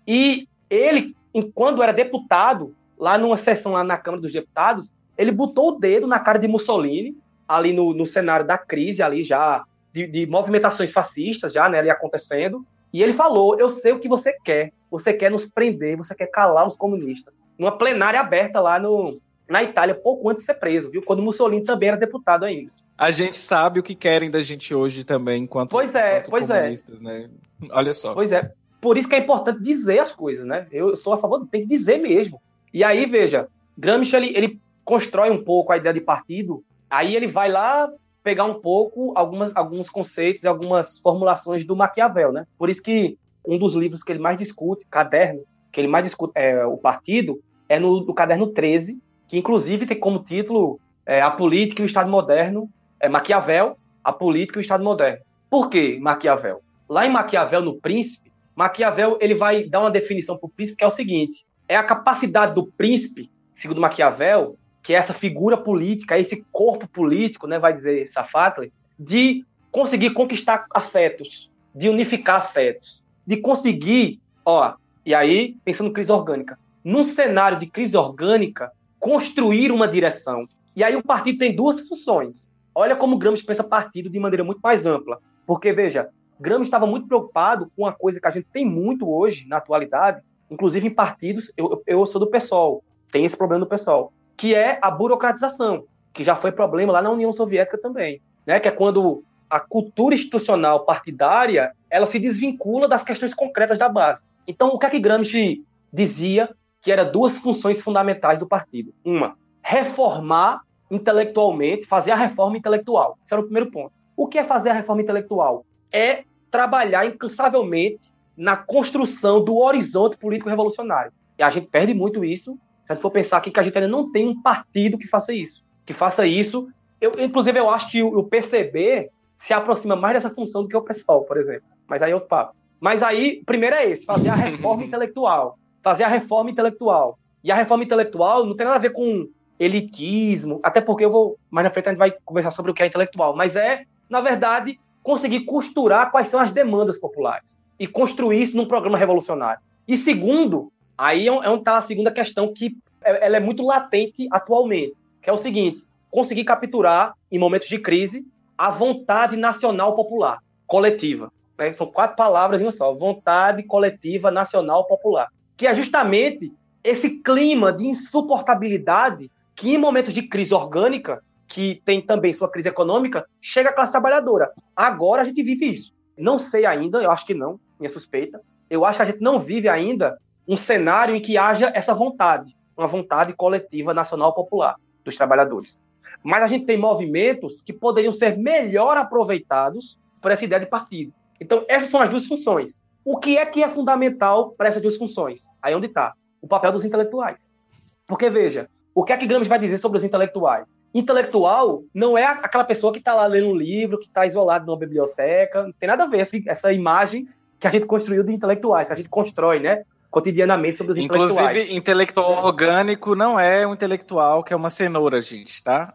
E ele, quando era deputado, lá numa sessão lá na Câmara dos Deputados, ele botou o dedo na cara de Mussolini, ali no, no cenário da crise, ali já de, de movimentações fascistas, já, né, ali acontecendo. E ele falou, eu sei o que você quer. Você quer nos prender, você quer calar os comunistas. Numa plenária aberta lá no, na Itália, pouco antes de ser preso, viu? Quando Mussolini também era deputado ainda. A gente sabe o que querem da gente hoje também, enquanto, pois é, enquanto pois comunistas, é. né? Olha só. Pois é. Por isso que é importante dizer as coisas, né? Eu sou a favor, tem que dizer mesmo. E aí, veja, Gramsci, ele, ele constrói um pouco a ideia de partido, aí ele vai lá pegar um pouco algumas, alguns conceitos e algumas formulações do Maquiavel, né? Por isso que um dos livros que ele mais discute, caderno, que ele mais discute é, o partido, é no, no caderno treze, que inclusive tem como título é, A Política e o Estado Moderno, é Maquiavel, A Política e o Estado Moderno. Por que Maquiavel? Lá em Maquiavel, no Príncipe, Maquiavel ele vai dar uma definição para o príncipe que é o seguinte, é a capacidade do príncipe, segundo Maquiavel, que é essa figura política, esse corpo político, né, vai dizer Safatli, de conseguir conquistar afetos, de unificar afetos, de conseguir, ó, e aí, pensando em crise orgânica, num cenário de crise orgânica, construir uma direção. E aí o partido tem duas funções. Olha como Gramsci pensa partido de maneira muito mais ampla. Porque, veja, Gramsci estava muito preocupado com uma coisa que a gente tem muito hoje, na atualidade, inclusive em partidos, eu, eu sou do PSOL, tem esse problema do PSOL, que é a burocratização, que já foi problema lá na União Soviética também, né? Que é quando a cultura institucional partidária ela se desvincula das questões concretas da base. Então, o que é que Gramsci dizia que eram duas funções fundamentais do partido? Uma, reformar intelectualmente, fazer a reforma intelectual. Esse era o primeiro ponto. O que é fazer a reforma intelectual? É trabalhar incansavelmente na construção do horizonte político revolucionário. E a gente perde muito isso, se a gente for pensar aqui que a gente ainda não tem um partido que faça isso. Que faça isso. Eu, inclusive, eu acho que o, o P C B se aproxima mais dessa função do que o PSOL, por exemplo. Mas aí é outro papo. Mas aí, primeiro é esse, fazer a reforma intelectual. Fazer a reforma intelectual. E a reforma intelectual não tem nada a ver com elitismo, até porque eu vou, mais na frente a gente vai conversar sobre o que é intelectual, mas é, na verdade, conseguir costurar quais são as demandas populares e construir isso num programa revolucionário. E segundo, aí é onde está a segunda questão, que ela é muito latente atualmente, que é o seguinte, conseguir capturar, em momentos de crise, a vontade nacional popular, coletiva. Né? São quatro palavras em uma só, vontade coletiva nacional popular, que é justamente esse clima de insuportabilidade que, em momentos de crise orgânica, que tem também sua crise econômica, chega à classe trabalhadora. Agora a gente vive isso. Não sei ainda, eu acho que não, minha suspeita. Eu acho que a gente não vive ainda um cenário em que haja essa vontade, uma vontade coletiva nacional popular dos trabalhadores. Mas a gente tem movimentos que poderiam ser melhor aproveitados por essa ideia de partido. Então, essas são as duas funções. O que é que é fundamental para essas duas funções? Aí onde está? O papel dos intelectuais. Porque, veja, o que é que Gramsci vai dizer sobre os intelectuais? Intelectual não é aquela pessoa que está lá lendo um livro, que está isolado numa biblioteca, não tem nada a ver essa, essa imagem que a gente construiu de intelectuais, que a gente constrói, né, cotidianamente sobre os Inclusive, intelectuais. Inclusive, intelectual orgânico não é um intelectual que é uma cenoura, gente, tá?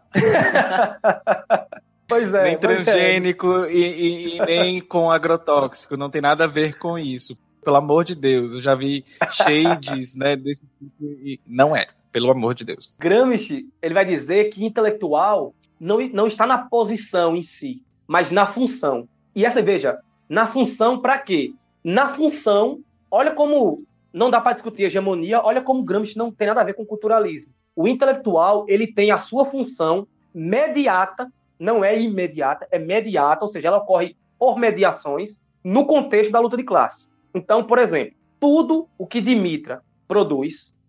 Pois é. Nem transgênico é. E, e, e nem com agrotóxico, não tem nada a ver com isso. Pelo amor de Deus, eu já vi shades, né, desse tipo, e não é, pelo amor de Deus. Gramsci, ele vai dizer que intelectual não, não está na posição em si, mas na função. E essa, veja, na função para quê? Na função, olha como não dá para discutir hegemonia, olha como Gramsci não tem nada a ver com culturalismo. O intelectual, ele tem a sua função mediata, não é imediata, é mediata, ou seja, ela ocorre por mediações no contexto da luta de classe. Então, por exemplo, tudo o que Dimitra produz,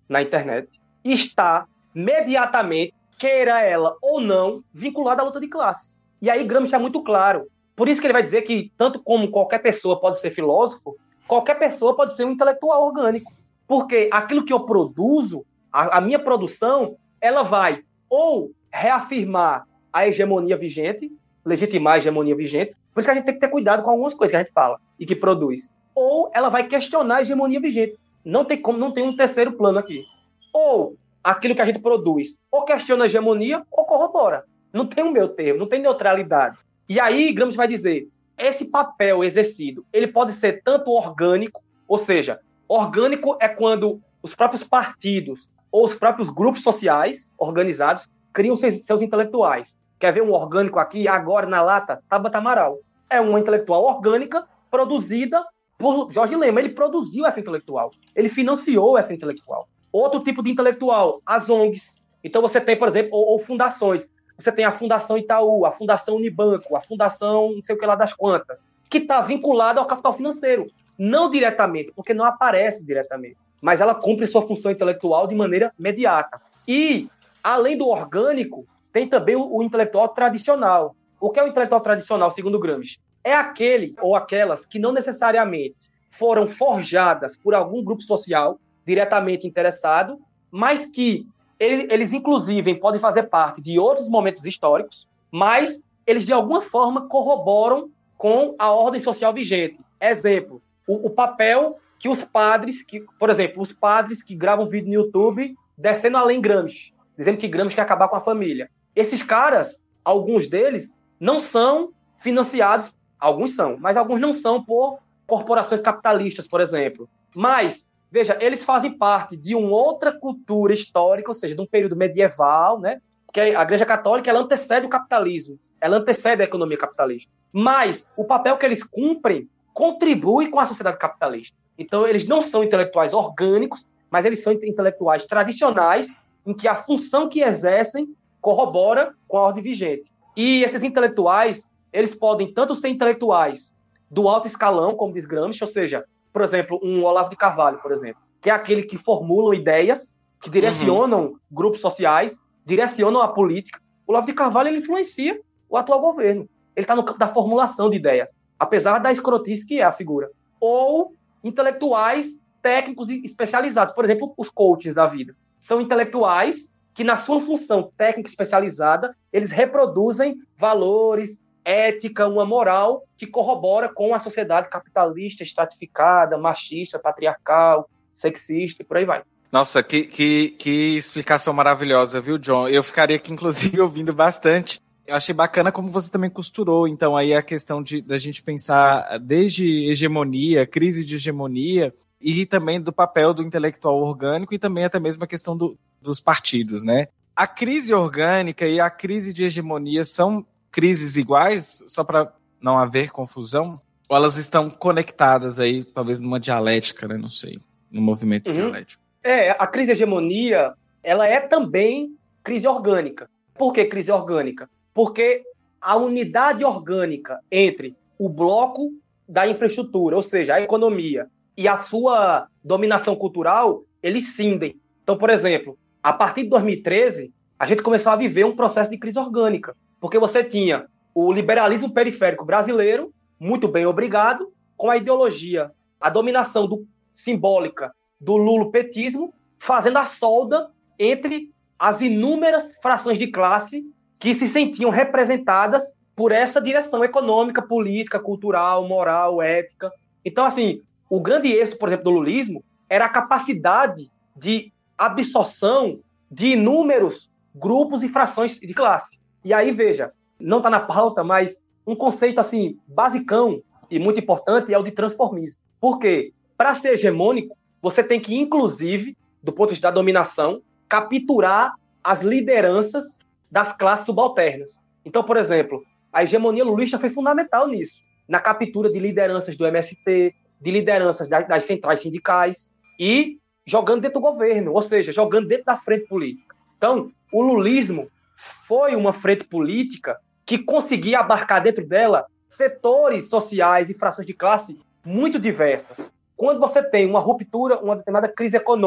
na internet está mediatamente, queira ela ou não, vinculada à luta de classe. E aí Gramsci é muito claro. Por isso que ele vai dizer que, tanto como qualquer pessoa pode ser filósofo, qualquer pessoa pode ser um intelectual orgânico. Porque aquilo que eu produzo, a, a minha produção, ela vai ou reafirmar a hegemonia vigente, legitimar a hegemonia vigente, por isso que a gente tem que ter cuidado com algumas coisas que a gente fala e que produz. Ou ela vai questionar a hegemonia vigente. Não tem como, não tem um terceiro plano aqui. Ou aquilo que a gente produz ou questiona a hegemonia ou corrobora. Não tem um meio termo, não tem neutralidade. E aí Gramsci vai dizer, esse papel exercido, ele pode ser tanto orgânico, ou seja, orgânico é quando os próprios partidos ou os próprios grupos sociais organizados criam seus, seus intelectuais. Quer ver um orgânico aqui, agora na lata? Tabata Amaral. É uma intelectual orgânica produzida por Jorge Lema. Ele produziu essa intelectual. Ele financiou essa intelectual. Outro tipo de intelectual, as O N Gs. Então você tem, por exemplo, ou, ou fundações. Você tem a Fundação Itaú, a Fundação Unibanco, a Fundação não sei o que lá das quantas, que está vinculada ao capital financeiro. Não diretamente, porque não aparece diretamente. Mas ela cumpre sua função intelectual de maneira imediata. E, além do orgânico, tem também o, o intelectual tradicional. O que é o intelectual tradicional, segundo Gramsci? É aquele ou aquelas que não necessariamente foram forjadas por algum grupo social diretamente interessado, mas que eles, eles, inclusive, podem fazer parte de outros momentos históricos, mas eles, de alguma forma, corroboram com a ordem social vigente. Exemplo, o, o papel que os padres, que, por exemplo, os padres que gravam vídeo no YouTube descendo além Gramsci, dizendo que Gramsci quer acabar com a família. Esses caras, alguns deles, não são financiados, alguns são, mas alguns não são por corporações capitalistas, por exemplo. Mas, veja, eles fazem parte de uma outra cultura histórica, ou seja, de um período medieval, né? Porque a Igreja Católica, ela antecede o capitalismo, ela antecede a economia capitalista. Mas o papel que eles cumprem contribui com a sociedade capitalista. Então, eles não são intelectuais orgânicos, mas eles são intelectuais tradicionais, em que a função que exercem corrobora com a ordem vigente. E esses intelectuais, eles podem tanto ser intelectuais do alto escalão, como diz Gramsci, ou seja, por exemplo, um Olavo de Carvalho, por exemplo, que é aquele que formulam ideias, que direcionam uhum. grupos sociais, direcionam a política. O Olavo de Carvalho, ele influencia o atual governo. Ele está no campo da formulação de ideias, apesar da escrotice que é a figura. Ou intelectuais técnicos e especializados, por exemplo, os coaches da vida. São intelectuais que, na sua função técnica especializada, eles reproduzem valores, ética, uma moral que corrobora com a sociedade capitalista, estratificada, machista, patriarcal, sexista e por aí vai. Nossa, que, que, que explicação maravilhosa, viu, John? Eu ficaria aqui, inclusive, ouvindo bastante. Eu achei bacana como você também costurou, então, aí a questão de da gente pensar desde hegemonia, crise de hegemonia, e também do papel do intelectual orgânico e também até mesmo a questão do, dos partidos, né? A crise orgânica e a crise de hegemonia são crises iguais, só para não haver confusão? Ou elas estão conectadas aí, talvez numa dialética, né? Não sei, num movimento uhum. dialético. É, a crise de hegemonia, ela é também crise orgânica. Por que crise orgânica? Porque a unidade orgânica entre o bloco da infraestrutura, ou seja, a economia, e a sua dominação cultural, eles cindem. Então, por exemplo, a partir de dois mil e treze, a gente começou a viver um processo de crise orgânica, porque você tinha o liberalismo periférico brasileiro, muito bem obrigado, com a ideologia, a dominação do, simbólica do lulopetismo, fazendo a solda entre as inúmeras frações de classe que se sentiam representadas por essa direção econômica, política, cultural, moral, ética. Então, assim, o grande êxito, por exemplo, do lulismo era a capacidade de absorção de inúmeros grupos e frações de classe. E aí, veja, não está na pauta, mas um conceito assim basicão e muito importante é o de transformismo. Por quê? Para ser hegemônico, você tem que, inclusive, do ponto de vista da dominação, capturar as lideranças das classes subalternas. Então, por exemplo, a hegemonia lulista foi fundamental nisso, na captura de lideranças do M S T, de lideranças das, das centrais sindicais e jogando dentro do governo, ou seja, jogando dentro da frente política. Então, o lulismo foi uma frente política que conseguia abarcar dentro dela setores sociais e frações de classe muito diversas. Quando você tem uma ruptura, uma determinada crise econômica,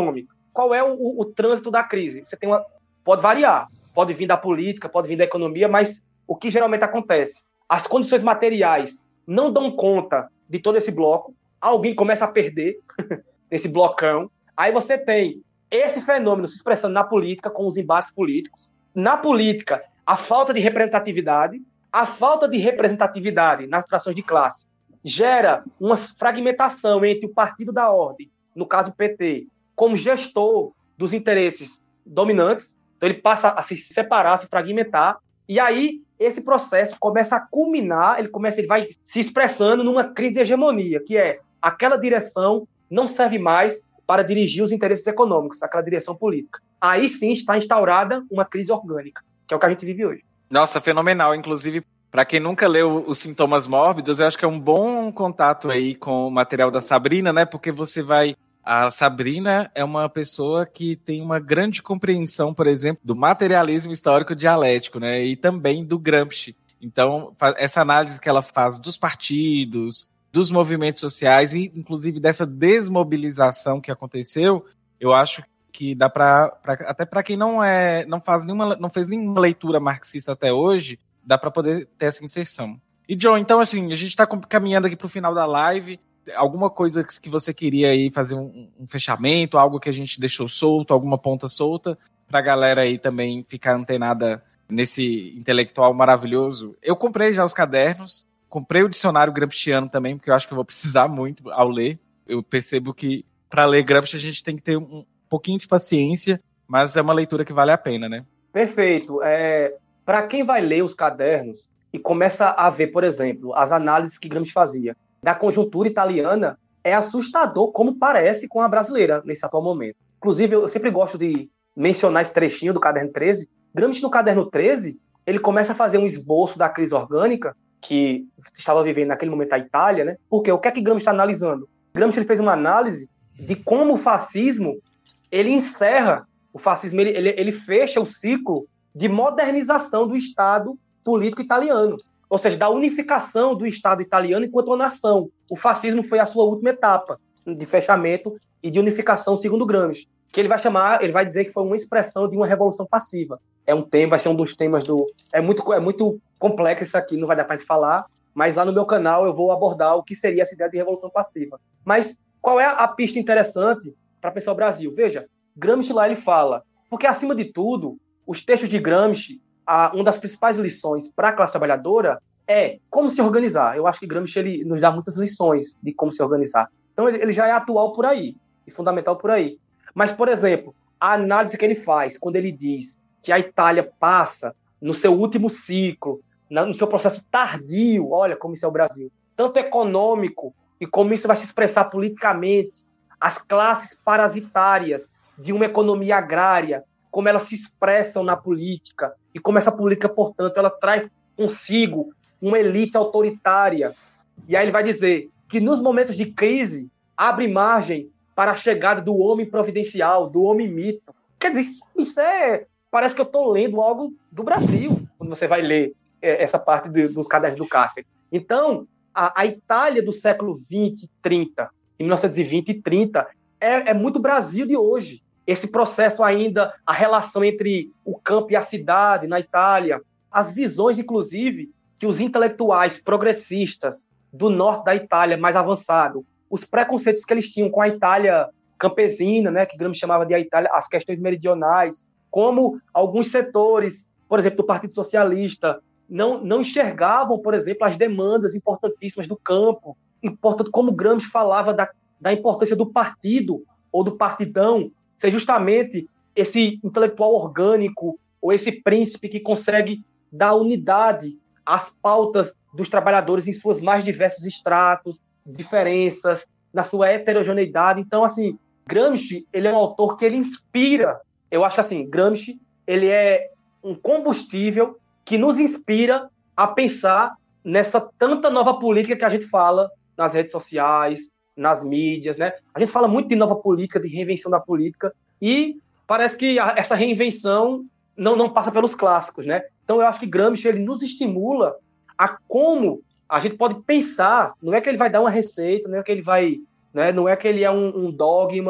qual é o, o, o trânsito da crise? Você tem uma, pode variar, pode vir da política, pode vir da economia, mas o que geralmente acontece? As condições materiais não dão conta de todo esse bloco, alguém começa a perder esse blocão, aí você tem esse fenômeno se expressando na política, com os embates políticos. Na política, a falta de representatividade, a falta de representatividade nas trações de classe gera uma fragmentação entre o partido da ordem, no caso o P T, como gestor dos interesses dominantes, então ele passa a se separar, a se fragmentar, e aí esse processo começa a culminar, ele, começa, ele vai se expressando numa crise de hegemonia, que é aquela direção não serve mais para dirigir os interesses econômicos, aquela direção política. Aí sim está instaurada uma crise orgânica, que é o que a gente vive hoje. Nossa, fenomenal. Inclusive, para quem nunca leu Os Sintomas Mórbidos, eu acho que é um bom contato aí com o material da Sabrina, né? Porque você vai... A Sabrina é uma pessoa que tem uma grande compreensão, por exemplo, do materialismo histórico dialético, né? E também do Gramsci. Então, essa análise que ela faz dos partidos, dos movimentos sociais e, inclusive, dessa desmobilização que aconteceu, eu acho que dá para até para quem não é, não faz nenhuma, não fez nenhuma leitura marxista até hoje, dá para poder ter essa inserção. E John, então assim, a gente está caminhando aqui para o final da live. Alguma coisa que você queria aí fazer um, um fechamento, algo que a gente deixou solto, alguma ponta solta, para a galera aí também ficar antenada nesse intelectual maravilhoso. Eu comprei já os cadernos, comprei o dicionário gramsciano também, porque eu acho que eu vou precisar muito ao ler. Eu percebo que para ler Gramsci a gente tem que ter um pouquinho de paciência, mas é uma leitura que vale a pena, né? Perfeito. É, para quem vai ler os cadernos e começa a ver, por exemplo, as análises que Gramsci fazia da conjuntura italiana, é assustador como parece com a brasileira nesse atual momento. Inclusive, eu sempre gosto de mencionar esse trechinho do caderno treze. Gramsci, no caderno treze, ele começa a fazer um esboço da crise orgânica que estava vivendo naquele momento a Itália, né? Porque o que é que Gramsci está analisando? Gramsci ele fez uma análise de como o fascismo ele encerra, o fascismo ele, ele, ele fecha o ciclo de modernização do Estado político italiano. Ou seja, da unificação do Estado italiano enquanto uma nação. O fascismo foi a sua última etapa de fechamento e de unificação, segundo Gramsci, que ele vai chamar, ele vai dizer que foi uma expressão de uma revolução passiva. É um tema, vai ser um dos temas do... É muito, é muito complexo isso aqui, não vai dar para a gente falar, mas lá no meu canal eu vou abordar o que seria essa ideia de revolução passiva. Mas qual é a pista interessante para pensar o Brasil? Veja, Gramsci lá ele fala, porque acima de tudo, os textos de Gramsci, a, uma das principais lições para a classe trabalhadora é como se organizar. Eu acho que Gramsci ele nos dá muitas lições de como se organizar. Então ele, ele já é atual por aí, e fundamental por aí. Mas, por exemplo, a análise que ele faz, quando ele diz que a Itália passa no seu último ciclo, no seu processo tardio, olha como isso é o Brasil, tanto econômico e como isso vai se expressar politicamente, as classes parasitárias de uma economia agrária, como elas se expressam na política, e como essa política, portanto, ela traz consigo uma elite autoritária. E aí ele vai dizer que nos momentos de crise abre margem para a chegada do homem providencial, do homem mito. Quer dizer, isso, isso é... Parece que eu estou lendo algo do Brasil, quando você vai ler é, essa parte de, dos cadernos do Cássio. Então, a, a Itália do século vinte e trinta, em mil novecentos e vinte e trinta, é, é muito Brasil de hoje. Esse processo ainda, a relação entre o campo e a cidade na Itália, as visões, inclusive, que os intelectuais progressistas do norte da Itália, mais avançado, os preconceitos que eles tinham com a Itália campesina, né, que Gramsci chamava de a Itália, as questões meridionais, como alguns setores, por exemplo, do Partido Socialista, não, não enxergavam, por exemplo, as demandas importantíssimas do campo, e, portanto, como Gramsci falava da, da importância do partido ou do partidão, ser justamente esse intelectual orgânico ou esse príncipe que consegue dar unidade às pautas dos trabalhadores em seus mais diversos estratos, diferenças, na sua heterogeneidade. Então, assim, Gramsci, ele é um autor que ele inspira. Eu acho que, assim, Gramsci, ele é um combustível que nos inspira a pensar nessa tanta nova política que a gente fala nas redes sociais, nas mídias, né? A gente fala muito de nova política, de reinvenção da política, e parece que a, essa reinvenção não, não passa pelos clássicos, né? Então eu acho que Gramsci ele nos estimula a como a gente pode pensar, não é que ele vai dar uma receita, não é que ele vai, né? Não é que ele é um, um dogma,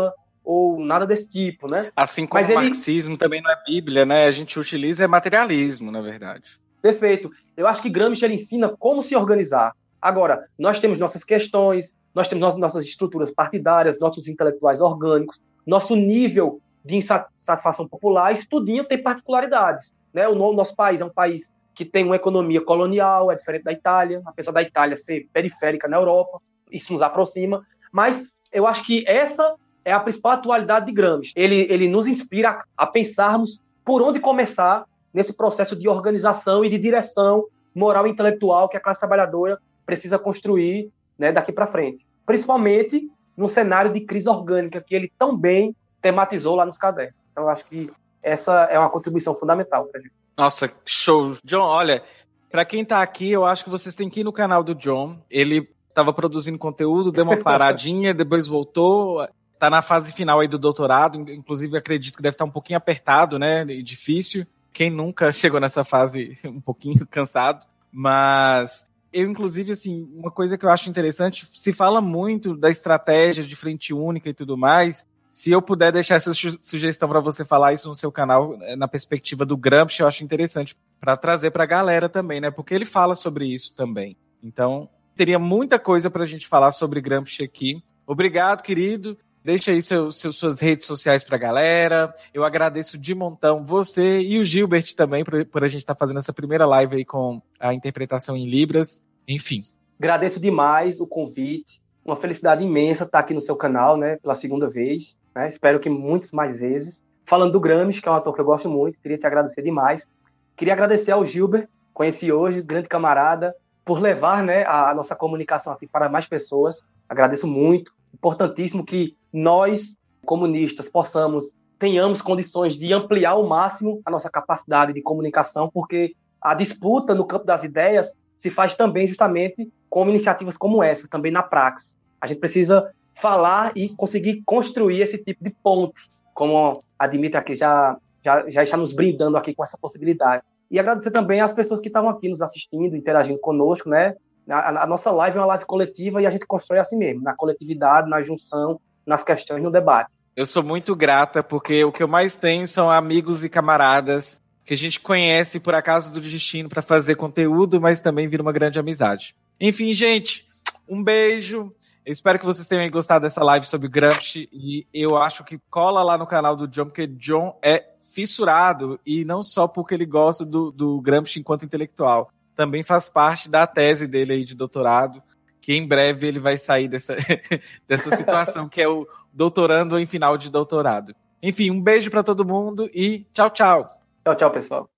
ou nada desse tipo, né? Assim como Mas o ele... marxismo também não é Bíblia, né? A gente utiliza é materialismo, na verdade. Perfeito. Eu acho que Gramsci ele ensina como se organizar. Agora, nós temos nossas questões, nós temos nossas estruturas partidárias, nossos intelectuais orgânicos, nosso nível de insatisfação popular, isso tudinho tem particularidades, né? O nosso país é um país que tem uma economia colonial, é diferente da Itália, apesar da Itália ser periférica na Europa, isso nos aproxima, mas eu acho que essa é a principal atualidade de Gramsci. Ele, ele nos inspira a, a pensarmos por onde começar nesse processo de organização e de direção moral e intelectual que a classe trabalhadora precisa construir, né, daqui para frente. Principalmente num cenário de crise orgânica que ele tão bem tematizou lá nos cadernos. Então, eu acho que essa é uma contribuição fundamental para a gente. Nossa, show. John, olha, para quem está aqui, eu acho que vocês têm que ir no canal do John. Ele estava produzindo conteúdo, deu uma paradinha, depois voltou, está na fase final aí do doutorado, inclusive acredito que deve estar um pouquinho apertado, né, difícil. Quem nunca chegou nessa fase um pouquinho cansado, mas... Eu, inclusive, assim, uma coisa que eu acho interessante, se fala muito da estratégia de frente única e tudo mais. Se eu puder deixar essa su- sugestão para você falar isso no seu canal, na perspectiva do Gramsci, eu acho interessante para trazer para a galera também, né? Porque ele fala sobre isso também. Então, teria muita coisa para a gente falar sobre Gramsci aqui. Obrigado, querido. Deixa aí seu, seu, suas redes sociais para a galera. Eu agradeço de montão você e o Gilbert também por, por a gente estar tá fazendo essa primeira live aí com a interpretação em Libras. Enfim. Agradeço demais o convite. Uma felicidade imensa estar aqui no seu canal, né, pela segunda vez. Né? Espero que muitas mais vezes. Falando do Gramsci, que é um ator que eu gosto muito, queria te agradecer demais. Queria agradecer ao Gilbert, conheci hoje, grande camarada, por levar, né, a nossa comunicação aqui para mais pessoas. Agradeço muito. Importantíssimo que nós, comunistas, possamos, tenhamos condições de ampliar ao máximo a nossa capacidade de comunicação, porque a disputa no campo das ideias se faz também justamente com iniciativas como essa, também na praxe. A gente precisa falar e conseguir construir esse tipo de ponte, como a Dimitra aqui já, já, já está nos brindando aqui com essa possibilidade. E agradecer também às pessoas que estavam aqui nos assistindo, interagindo conosco, né? A, a nossa live é uma live coletiva e a gente constrói assim mesmo, na coletividade, na junção, nas questões, no debate. Eu sou muito grata, porque o que eu mais tenho são amigos e camaradas que a gente conhece por acaso do destino para fazer conteúdo, mas também vira uma grande amizade. Enfim, gente, um beijo. Eu espero que vocês tenham gostado dessa live sobre o Gramsci e eu acho que cola lá no canal do John, porque John é fissurado e não só porque ele gosta do, do Gramsci enquanto intelectual, também faz parte da tese dele aí de doutorado, que em breve ele vai sair dessa, dessa situação, que é o doutorando em final de doutorado. Enfim, um beijo para todo mundo e tchau, tchau. Tchau, tchau, pessoal.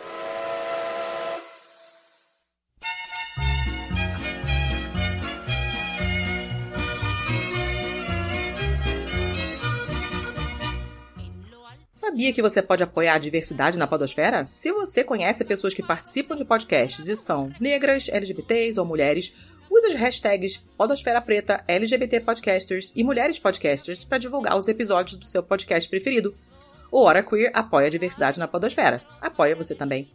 Sabia que você pode apoiar a diversidade na podosfera? Se você conhece pessoas que participam de podcasts e são negras, L G B Ts ou mulheres, use as hashtags Podosfera Preta, L G B T Podcasters e Mulheres Podcasters para divulgar os episódios do seu podcast preferido. O Hora Queer apoia a diversidade na podosfera. Apoia você também.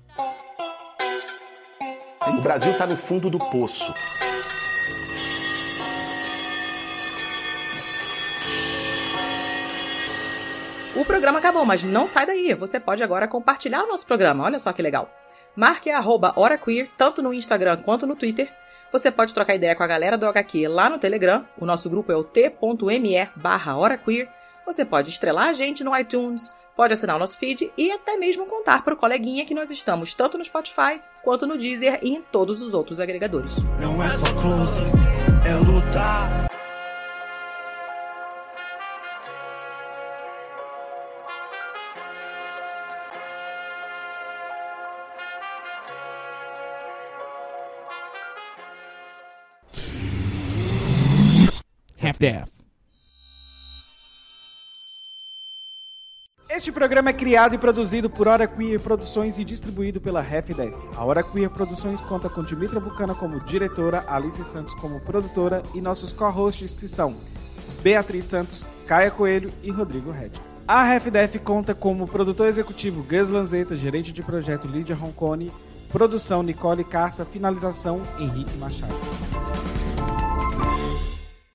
O Brasil está no fundo do poço. O programa acabou, mas não sai daí. Você pode agora compartilhar o nosso programa. Olha só que legal. Marque a arroba Hora Queer, tanto no Instagram quanto no Twitter. Você pode trocar ideia com a galera do H Q lá no Telegram. O nosso grupo é o t.me barra Hora Queer. Você pode estrelar a gente no iTunes, pode assinar o nosso feed e até mesmo contar para o coleguinha que nós estamos tanto no Spotify quanto no Deezer e em todos os outros agregadores. Não é só close, é lutar. Half-Death. Este programa é criado e produzido por Hora Queer Produções e distribuído pela Half-Death. A Hora Queer Produções conta com Dimitra Bucana como diretora, Alice Santos como produtora e nossos co-hosts que são Beatriz Santos, Caia Coelho e Rodrigo Red. A Half-Death conta como produtor executivo Gus Lanzetta, gerente de projeto Lídia Roncone, produção Nicole Carça, finalização Henrique Machado.